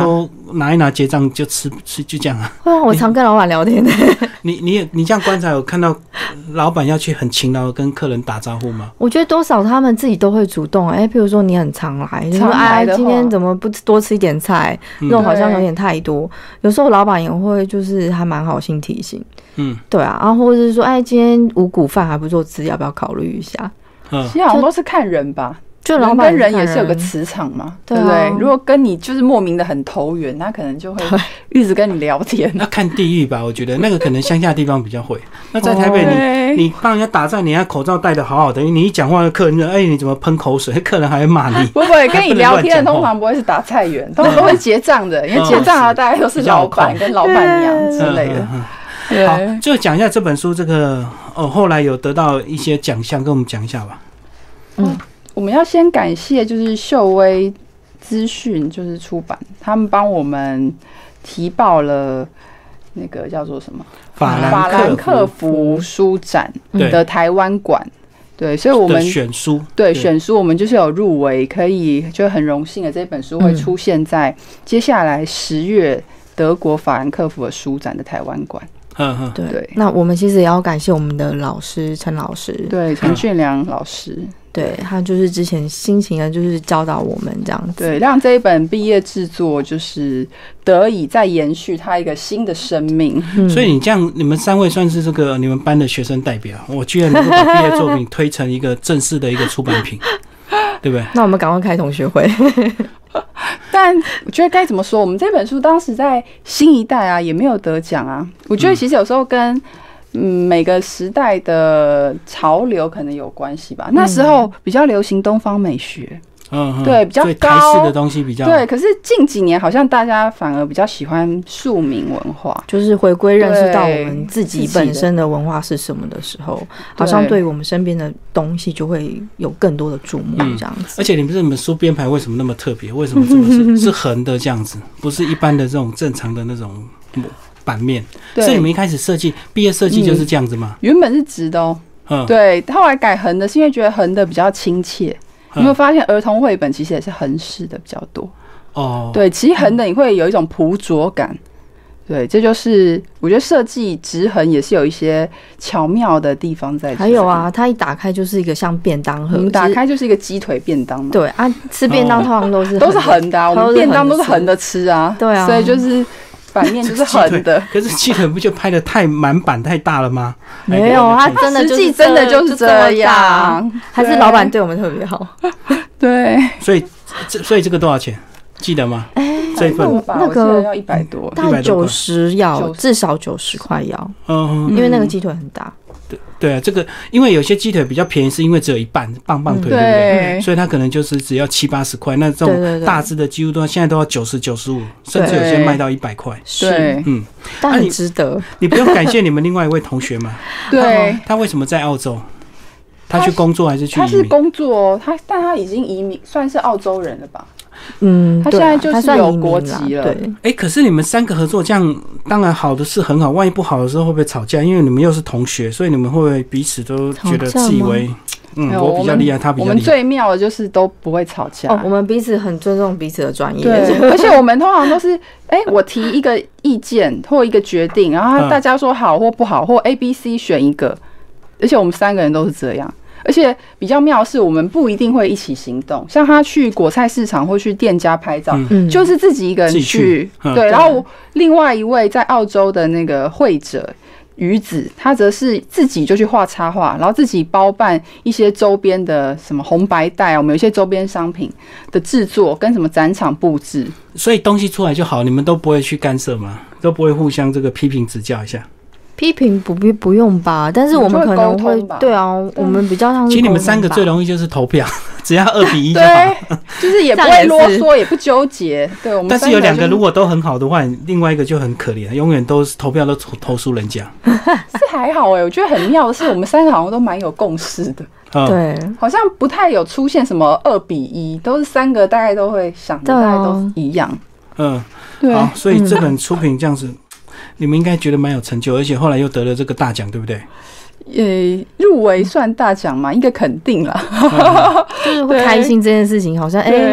拿一拿结账就吃吃就这样啊。 哇，我常跟老板聊天的。 你你你这样观察有看到老板要去很勤劳的跟客人打招呼吗？ 我觉得多少他们自己都会主动，哎、欸，譬如说你很常来，就说哎，今天怎么不多吃一点菜，肉好像有点太多。有时候老板也会就是还蛮好心提醒，嗯，对啊，然后或者是说，哎，今天五谷饭还不错吃，要不要考虑一下？ 嗯，其实好像都是看人吧。就老板跟人也是有个磁场嘛，对不对？如果跟你就是莫名的很投缘，那可能就会一直跟你聊天。 那看地域吧，我觉得那个可能乡下地方比较会。那在台北你，你你帮人家打仗，你要口罩戴得好好的，你一讲话，客人哎、欸、你怎么喷口水？客人还会骂你。 不会跟你聊天的，通常不会是打菜园，通常都会结账的，因为结账啊，大概都是老板跟老板娘之类的。 对，好，就讲一下这本书，这个哦，后来有得到一些奖项，跟我们讲一下吧。 嗯。我们要先感谢就是秀威资讯就是出版，他们帮我们提报了那个叫做什么法兰克福书展的台湾馆，对，所以我们选书， 对选书我们就是有入围，可以就很荣幸的这本书会出现在接下来十月德国法兰克福的书展的台湾馆。 嗯对对，那我们其实也要感谢我们的老师陈老师， 对陈俊良老师。 对，他就是之前辛勤的，就是教导我们这样子， 对，让这一本毕业制作就是得以再延续它一个新的生命。 嗯、所以你这样，你们三位算是这个你们班的学生代表，我居然能够把毕业作品推成一个正式的一个出版品，对不对？ 那我们赶快开同学会。 但我觉得该怎么说，我们这本书当时在新一代啊，也没有得奖啊。我觉得其实有时候跟嗯，每个时代的潮流可能有关系吧。那时候比较流行东方美学，嗯，对，比较高， 台式的东西比较对。可是近几年好像大家反而比较喜欢庶民文化， 就是回归认识到我们自己本身的文化是什么的时候，好像对我们身边的东西就会有更多的注目这样子。嗯、 而且你们这本书编排为什么那么特别？为什么这么是是横的这样子，不是一般的这种正常的那种版面？是你们一开始设计毕业设计就是这样子吗？ 嗯、原本是直的哦，嗯，对，后来改横的是因为觉得横的比较亲切。你会发现儿童绘本其实也是横式的比较多哦，对，其实横的你会有一种朴拙感，对，这就是我觉得设计直横也是有一些巧妙的地方在。 还有啊，它一打开就是一个像便当盒， 我们打开就是一个鸡腿便当嘛， 对啊，吃便当通常都是都是横的啊，我们便当都是横的吃啊，对啊，所以就是反面就是横的。 可是鸡腿不就拍的太满版太大了吗？ 没有，它真的就是真的就是这样， 还是老板对我们特别好。 对， 所以这所以这个多少钱？记得吗？ 哎、欸，这份那个要一百多， 大概九十要，至少九十块要。嗯，因为那个鸡腿很大。 对对啊，这个因为有些鸡腿比较便宜，是因为只有一半棒棒腿，嗯、对不对？所以它可能就是只要七八十块。那这种大只的几乎都现在都要九十九十五，甚至有些卖到一百块。 是， 嗯，但很值得、啊你。你不用感谢你们另外一位同学吗？ 对他，他为什么在澳洲？他去工作还是去移民？ 他是工作，他但他已经移民，算是澳洲人了吧？ 嗯， 他现在就是有国籍了。 对， 哎、欸，可是你们三个合作这样，当然好的是很好，万一不好的时候会不会吵架？因为你们又是同学，所以你们会不会彼此都觉得自以为嗯我比较厉害，他比较厉害？ 我们最妙的就是都不会吵架。 哦，我们彼此很尊重彼此的专业， 对，而且我们通常都是，哎、欸，我提一个意见或一个决定，然后大家说好或不好，或 A、B、C 选一个，而且我们三个人都是这样。而且比较妙的是，我们不一定会一起行动。像他去果菜市场或去店家拍照，嗯、就是自己一个人去。 去嗯、对，然后另外一位在澳洲的那个绘者鱼子，他则是自己就去画插画，然后自己包办一些周边的什么红白带啊，我们有一些周边商品的制作跟什么展场布置。 所以东西出来就好，你们都不会去干涉吗？都不会互相这个批评指教一下？ 批评不必不用吧，但是我们可能会对啊，我们比较像是。 其实你们三个最容易就是投票，只要二比一就好。 对，就是也不会啰嗦，也不纠结。对，我们、就是。 但是有两个如果都很好的话，另外一个就很可怜，永远都是投票都投诉人家。 是还好哎、欸，我觉得很妙的是，我们三个好像都蛮有共识的。 嗯、对， 好像不太有出现什么二比一，都是三个大概都会想的大概都一样。 嗯，对。好，所以这本出品这样子。你们应该觉得蛮有成就，而且后来又得了这个大奖，对不对？ 呃，入围算大奖嘛，一个肯定啦， 就是会开心这件事情，好像哎、欸，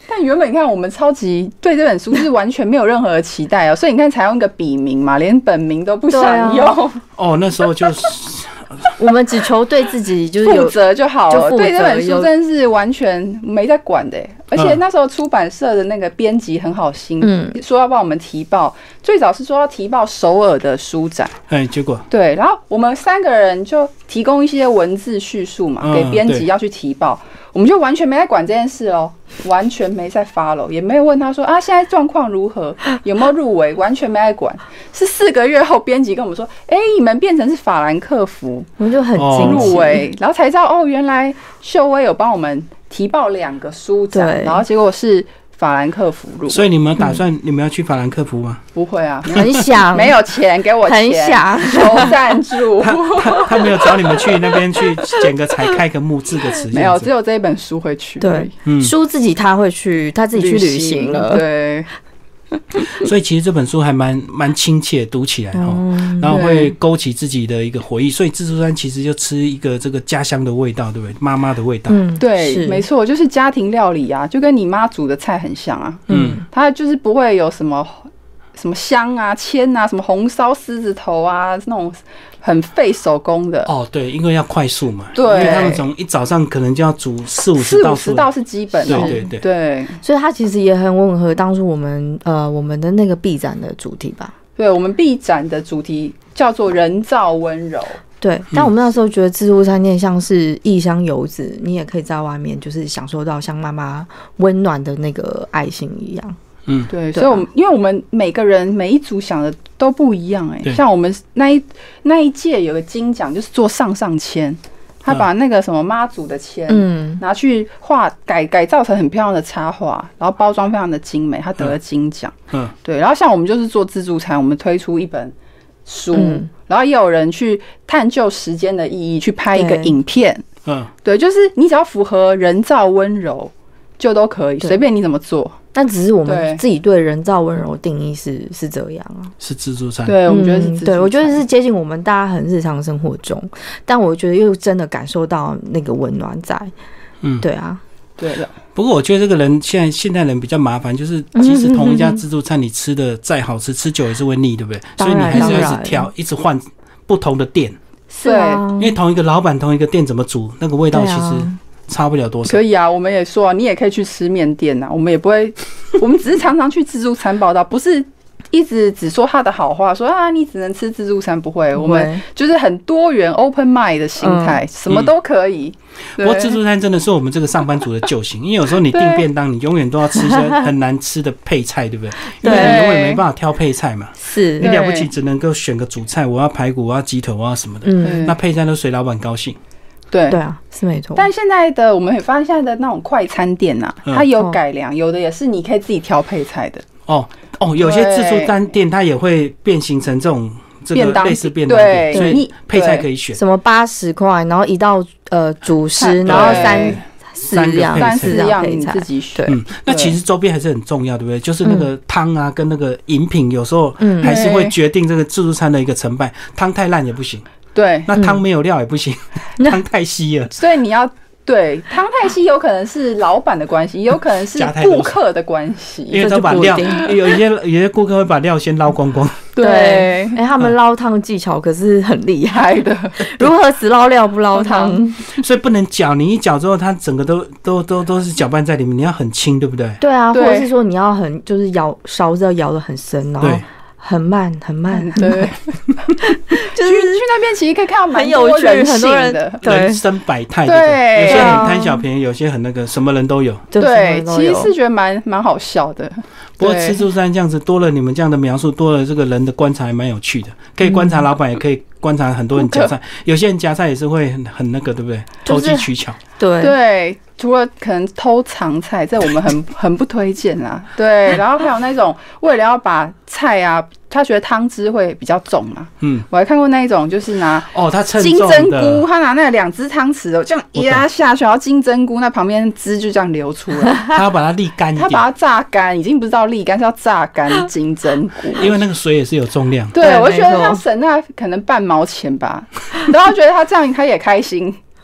但原本你看我们超级对这本书是完全没有任何的期待哦，所以你看才用一个笔名嘛，连本名都不想用。啊、 哦，那时候就是我们只求对自己就是负责就好了，对这本书真是完全没在管的。而且那时候出版社的那个编辑很好心，嗯，说要帮我们提报，最早是说要提报首尔的书展， 哎，结果对，然后我们三个人就提供一些文字叙述嘛，给编辑要去提报，我们就完全没在管这件事哦，完全没在 follow， 也没有问他说啊现在状况如何，有没有入围，完全没在管。是四个月后，编辑跟我们说，哎、欸，你们变成是法兰克福， 我们就很惊入围，然后才知道哦，原来秀薇有帮我们提报两个书展，然后结果是法兰克福入围。 所以你们打算、嗯、你们要去法兰克福吗？ 不会啊， 很想， 没有钱给我钱， 很想求赞助。 他, 他, 他没有找你们去那边去捡个财，开个墓，字个词。 没有，只有这一本书会去。 对，嗯、书自己他会去，他自己去旅行了。 对。 所以其实这本书还蛮蛮亲切，读起来哈，嗯、然后会勾起自己的一个回忆。所以自助餐其实就吃一个这个家乡的味道，对不对？妈妈的味道。 嗯，对，没错，就是家庭料理啊，就跟你妈煮的菜很像啊。嗯，它就是不会有什么什么香啊、签啊、什么红烧狮子头啊那种很费手工的。 哦，对，因为要快速嘛。 对， 因为他们从一早上可能就要煮四五十道， 四五十道是基本的。 对对对对， 所以它其实也很吻合当初我们呃我们的那个B展的主题吧。 对，我们 B展的主题叫做人造温柔。 对，但我们那时候觉得自助餐店像是异乡游子，你也可以在外面就是享受到像妈妈温暖的那个爱心一样。 嗯， 对，所以我们因为我们每个人每一组想的都不一样哎、欸，像我们那一那一届有个金奖就是做上上签，他把那个什么妈祖的签，嗯，拿去画改改造成很漂亮的插画，然后包装非常的精美，他得了金奖。嗯，对，然后像我们就是做自助餐，我们推出一本书，嗯、然后也有人去探究时间的意义，去拍一个影片。嗯，对，就是你只要符合人造温柔就都可以，随便你怎么做。但只是我们自己对人造温柔的定义是是这样啊， 是自助餐。 对，我们觉得是自助餐、嗯。 对，我觉得是接近我们大家很日常生活中，但我觉得又真的感受到那个温暖在。嗯，对啊， 对的。 不过我觉得这个人现在现代人比较麻烦，就是即使同一家自助餐，你吃的再好吃，吃久也是会腻，对不对？所以你还是要一直挑，一直换不同的店。 是啊， 因为同一个老板同一个店怎么煮，那个味道其实差不了多少。 可以啊，我们也说、啊，你也可以去吃面店啊，我们也不会，我们只是常常去自助餐报道，不是一直只说他的好话，说啊你只能吃自助餐，不会，我们就是很多元 open mind 的心态、嗯，什么都可以。 不过自助餐真的是我们这个上班族的救星，因为有时候你订便当，你永远都要吃一些很难吃的配菜，对不对？因为你永远没办法挑配菜嘛。 是， 你了不起只能够选个主菜，我要排骨，我要鸡腿，我要什么的。嗯，那配菜都随老板高兴。 对对啊，是没错。 但现在的我们会发现，现在的那种快餐店啊，它有改良，有的也是你可以自己挑配菜的。 哦哦，有些自助餐店它也会变形成这种这个类似便当店，所以配菜可以选。 什么八十块，然后一道呃主食，然后三四样三四样你自己选。 嗯，那其实周边还是很重要，对不对？就是那个汤啊，跟那个饮品，有时候还是会决定这个自助餐的一个成败。汤太烂也不行。 对， 那汤没有料也不行，汤、嗯、太稀了。 所以你要对汤太稀，有可能是老板的关系，有可能是顾客的关系， 因为他把料，有一些有些顾客会把料先捞光光。 对，哎、欸，他们捞汤技巧可是很厉害的，如何只捞料不捞汤？ 所以不能搅，你一搅之后，它整个都都都都是搅拌在里面，你要很轻，对不对？ 对啊，或者是说你要很就是摇勺子要摇得很深，然后。很慢，很慢， 对，就是去那边其实可以看到蛮多人性的， 人生百态，对，有些很贪小便宜，有些很那个，什么人都有， 对，其实是觉得蛮蛮好笑的。 不过自助餐这样子多了你们这样的描述，多了这个人的观察还蛮有趣的，可以观察老板，也可以观察很多人夹菜，有些人夹菜也是会很很那个，对不对？投机取巧， 对对。除了可能偷藏菜，这我们很很不推荐啦。对，然后还有那种为了要把菜啊，他觉得汤汁会比较重嘛。嗯，我还看过那一种，就是拿哦，他称金针菇，他拿那两只汤匙哦，这样压下去，然后金针菇那旁边汁就这样流出来。 他要把它沥干一点， 他把它榨干，已经不是到沥干，是要榨干金针菇。 因为那个水也是有重量。 对，我就觉得他省那可能半毛钱吧，然后觉得他这样他也开心。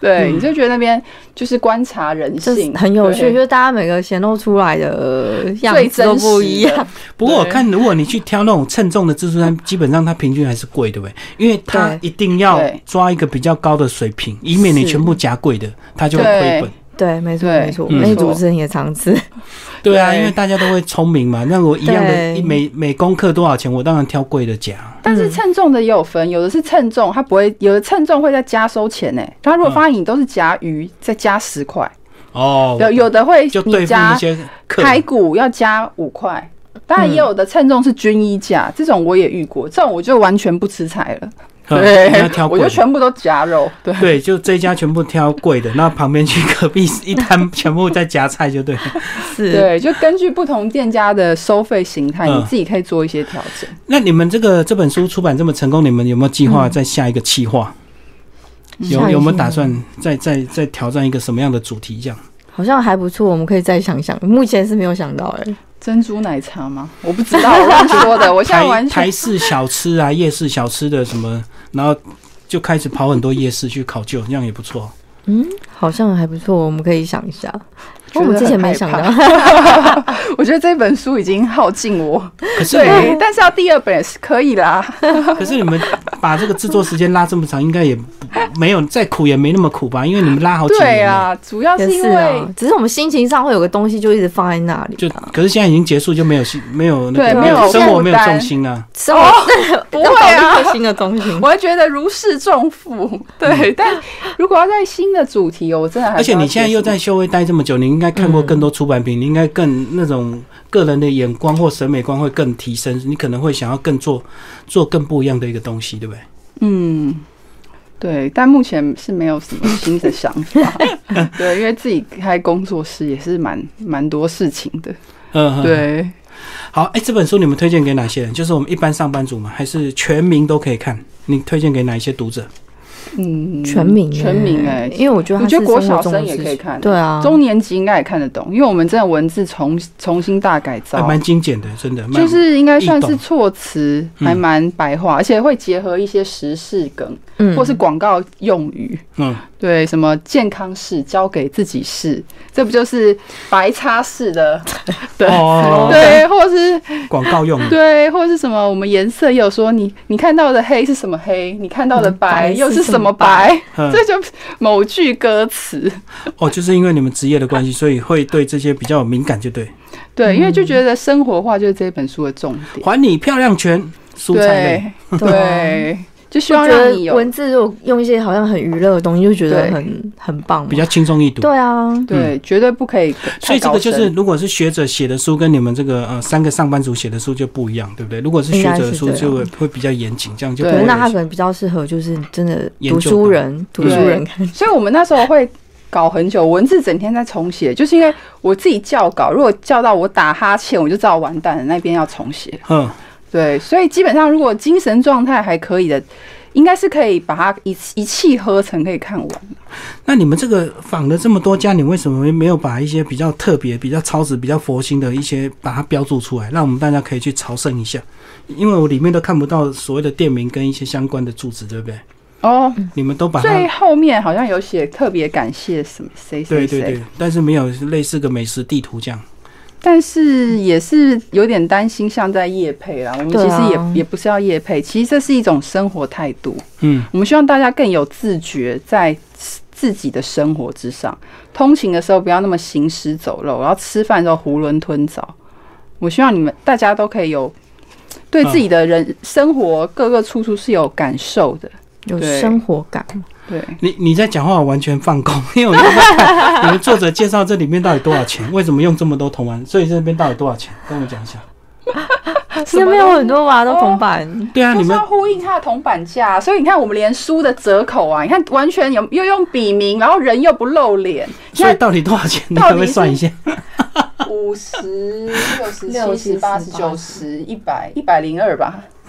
对，嗯、你就觉得那边就是观察人性， 很有趣，就是大家每个显露出来的样子都不一样。 不过我看，如果你去挑那种称重的自助餐，基本上它平均还是贵，对不对？因为它一定要抓一个比较高的水平，以免你全部夹贵的，它就会亏本。 对，没错没错，那主持人也常吃。 对啊，因为大家都会聪明嘛。那我一样的每每公克多少钱，我当然挑贵的夹。 但是称重的也有分，有的是称重，它不会；有的称重会再加收钱呢。它如果发现你都是夹鱼，再加十块。哦。有有的会你加排骨要加五块，当然也有的称重是均一价，这种我也遇过，这种我就完全不吃菜了。对，我就全部都夹肉。对对，就这一家全部挑贵的，那旁边去隔壁一摊全部再夹菜就对了。 是，对，就根据不同店家的收费形态，嗯、你自己可以做一些调整。 那你们这个这本书出版这么成功，你们有没有计划再下一个企划？嗯、有有没有打算再再再挑战一个什么样的主题？这样好像还不错，我们可以再想想。目前是没有想到哎、欸。 珍珠奶茶吗？我不知道，我乱说的。我现在完全台式小吃啊，夜市小吃的什么，然后就开始跑很多夜市去考究，这样也不错。 嗯，好像还不错，我们可以想一下。我们之前没想到， 我觉得这本书已经耗尽我。可是，对，但是要第二本也是可以啦。 可是你们把这个制作时间拉这么长，应该也没有再苦也没那么苦吧？因为你们拉好几年。 对啊，主要是因为、啊、 只是我们心情上会有个东西就一直放在那里、啊。 就可是现在已经结束，就没有没有那个没有生活没有重心啊。 生活、哦、 不会啊， 新的重心。 我会觉得如释重负。对，嗯、但如果要在新的主题，我真的还而且你现在又在秀威待这么久，你应该看过更多出版品，嗯、你应该更那种个人的眼光或审美观会更提升，你可能会想要更做做更不一样的一个东西，对不对？ 嗯，对，但目前是没有什么新的想法。对，因为自己开工作室也是蛮蛮多事情的。嗯，对。 好，哎、欸，这本书你们推荐给哪些人？就是我们一般上班族吗？还是全民都可以看？你推荐给哪一些读者？ 嗯，全民， 全民哎、欸， 因为我觉得我觉得国小生也可以看， 对啊， 中年级应该也看得懂，因为我们真的文字重重新大改造， 还蛮精简的，真的， 就是应该算是措辞还蛮白话，嗯、而且会结合一些时事梗，嗯，或是广告用语，嗯，对，什么健康式交给自己试，这不就是白叉式的，对、哦、对，或是广告用语， 对，或是什么我们颜色也有说你你看到的黑是什么黑，你看到的白又是什么白，嗯、这就某句歌词。 哦，就是因为你们职业的关系，所以会对这些比较敏感，就对。 对，因为就觉得生活化就是这本书的重点。 还你漂亮拳，蔬菜类， 对。对就希望让你有文字，如果用一些好像很娱乐的东西，就觉得很很棒， 比较轻松易读。 对啊， 对，嗯、绝对不可以。 所以这个就是，如果是学者写的书，跟你们这个呃三个上班族写的书就不一样，对不对？如果是学者的书，就会会比较严谨，这样就不会。 那他可能比较适合就是真的读书人，读书人看。 所以我们那时候会搞很久，文字整天在重写，就是因为我自己校稿，如果校到我打哈欠，我就知道完蛋了，那边要重写。嗯，对，所以基本上如果精神状态还可以的。应该是可以把它一一气呵成，可以看完。 那你们这个访了这么多家，你为什么没有把一些比较特别、比较超值、比较佛心的一些把它标注出来，让我们大家可以去朝圣一下？因为我里面都看不到所谓的店名跟一些相关的住址，对不对？哦，你们都把它最后面好像有写特别感谢什么谁谁谁， 对对对，但是没有类似个美食地图这样。 但是也是有点担心，像在业配啦。我们其实也、啊、也不是要业配，其实这是一种生活态度。嗯，我们希望大家更有自觉，在自己的生活之上，通勤的时候不要那么行尸走肉，然后吃饭的时候囫囵吞枣。我希望你们大家都可以有对自己的人、嗯、生活各个处处是有感受的， 有生活感。 对， 你你在讲话完全放空，因为我就在看你们作者介绍这里面到底多少钱，为什么用这么多铜板，所以这边到底多少钱，跟我讲一下。 那边有很多吧，都铜板、哦。 对啊，你们要呼应它的铜板价，所以你看我们连书的折扣啊，你看完全有又用笔名，然后人又不露脸， 所以到底多少钱？你可不可以算一下？ 五十、六十、七十、八十、九十、一百、一百零二吧。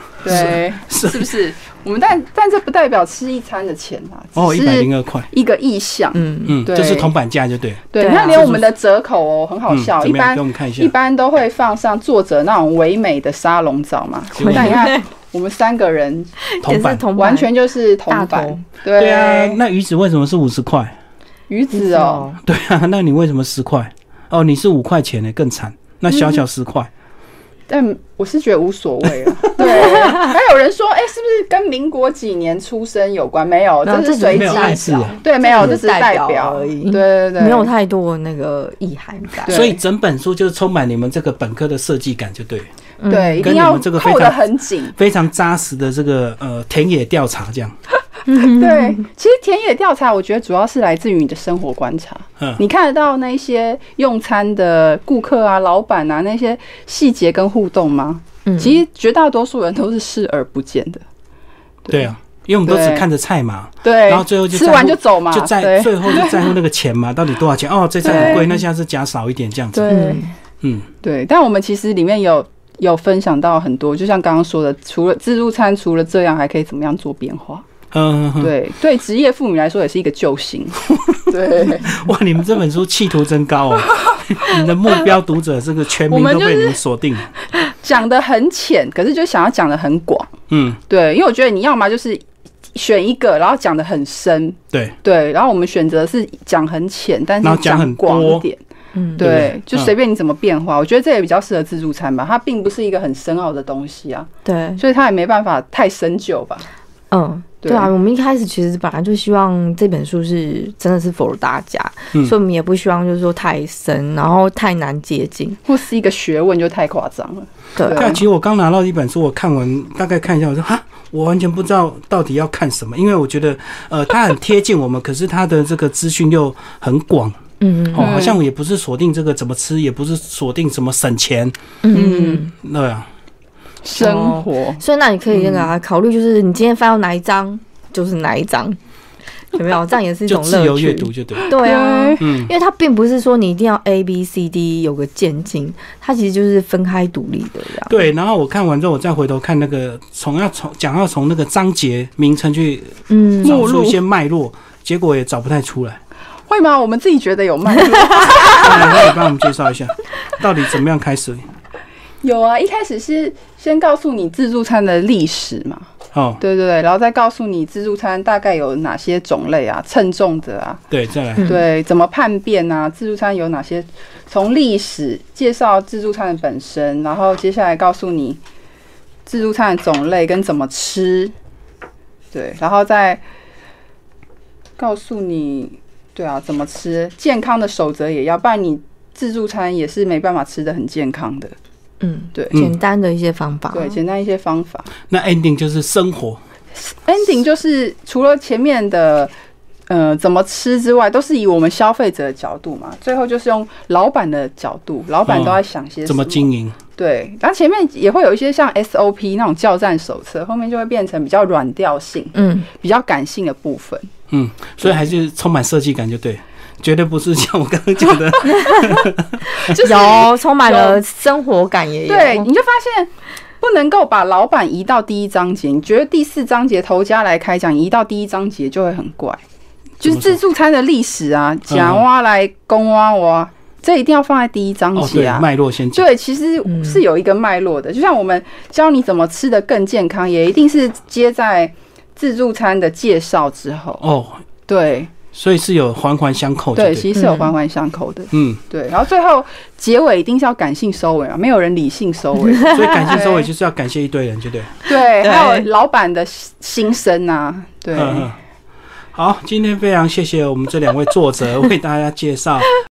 对，是不是？我们但但这不代表吃一餐的钱啊， 哦，一百零二块， 一个意向， 嗯嗯，就是铜板价就对。 对，那连我们的折扣哦，很好笑，一般一般都会放上作者那种唯美的沙龙照嘛。但你看，我们三个人铜板， 完全就是铜板。 对啊，那鱼子为什么是五十块？ 鱼子哦， 对啊，那你为什么十块？哦，你是五块钱呢，更惨。那小小十块。 但我是觉得无所谓了。对，还有人说，哎、欸，是不是跟民国几年出生有关？没有，这是随机。对，没有，这是代表而已。对对对， 没有太多那个意涵感。 所以整本书就是充满你们这个本科的设计感，就对。 对， 跟你们这个扣得很紧、 非常扎实的这个呃田野调查这样。 对，其实田野调查，我觉得主要是来自于你的生活观察。嗯，你看得到那些用餐的顾客啊、老板啊那些细节跟互动吗？嗯，其实绝大多数人都是视而不见的。 对, 对啊，因为我们都只看着菜嘛， 对， 然后最后就吃完就走嘛， 就在最后就在乎那个钱嘛，到底多少钱？哦，这菜很贵，那下次加少一点这样子。 对，嗯，对。但我们其实里面有有分享到很多，就像刚刚说的，除了自助餐，除了这样还可以怎么样做变化？嗯，对对，职业妇女来说也是一个救星。对， 哇，你们这本书企图真高哦！你的目标读者这个全民都被你们锁定。 讲得很浅，可是就想要讲得很广。嗯，对，因为我觉得你要嘛就是选一个，然后讲得很深。 对对，然后我们选择是讲很浅，但是讲很广一点。嗯，对，就随便你怎么变化。我觉得这也比较适合自助餐吧，它并不是一个很深奥的东西啊。 对， 所以它也没办法太深究吧。 嗯。对啊，我们一开始其实本来就希望这本书是真的是 for 大家，嗯、所以我们也不希望就是说太深，然后太难接近， 或是一个学问就太夸张了。 对， 对啊，其实我刚拿到一本书，我看完大概看一下，我说哈，我完全不知道到底要看什么，因为我觉得呃它很贴近我们，可是它的这个资讯又很广。嗯哦，好像也不是锁定这个怎么吃，也不是锁定怎么省钱。嗯，对啊。 生活、哦， 所以那你可以那个、啊、考虑，就是你今天翻到哪一章就是哪一章，有没有？这样也是一种乐趣。 就自由阅读就对。 对啊，嗯，因为它并不是说你一定要 A B C D 有个渐进，它其实就是分开独立的这样。 对，然后我看完之后，我再回头看那个从要从讲要从那个章节名称去嗯找出一些脉络，结果也找不太出来。 会吗？我们自己觉得有脉络。 那你帮我们介绍一下，到底怎么样开始？ 有啊，一开始是先告诉你自助餐的历史嘛，哦，对对对，然后再告诉你自助餐大概有哪些种类啊，称重的啊， 对，再来， 对，怎么判辨啊，自助餐有哪些？从历史介绍自助餐的本身，然后接下来告诉你自助餐的种类跟怎么吃，对，然后再告诉你，对啊，怎么吃，健康的守则也要，不然你自助餐也是没办法吃得很健康的。嗯，对， 简单的一些方法， 对，简单一些方法。 那 ending 就是生活 ，ending 就是除了前面的呃怎么吃之外，都是以我们消费者的角度嘛。最后就是用老板的角度，老板都在想些什么、哦、 怎么经营。 对，然后前面也会有一些像 S O P 那种教战手册，后面就会变成比较软调性，嗯，比较感性的部分。嗯， 所以还是充满设计感就对。绝对不是像我刚刚讲的有充满了生活感也有。 对，你就发现不能够把老板移到第一章节，你觉得第四章节头家来开讲，移到第一章节就会很怪。就是自助餐的历史啊，讲挖来公挖挖，这一定要放在第一章节啊， 脉络先讲。 对，其实是有一个脉络的，就像我们教你怎么吃得更健康，也一定是接在自助餐的介绍之后。哦，对。 所以是有环环相扣的， 对，其实是有环环相扣的，嗯，对。然后最后结尾一定是要感性收尾嘛，没有人理性收尾， 所以感性收尾就是要感谢一堆人，就对。 对，还有老板的心声啊，对。 嗯嗯。好，今天非常谢谢我们这两位作者为大家介绍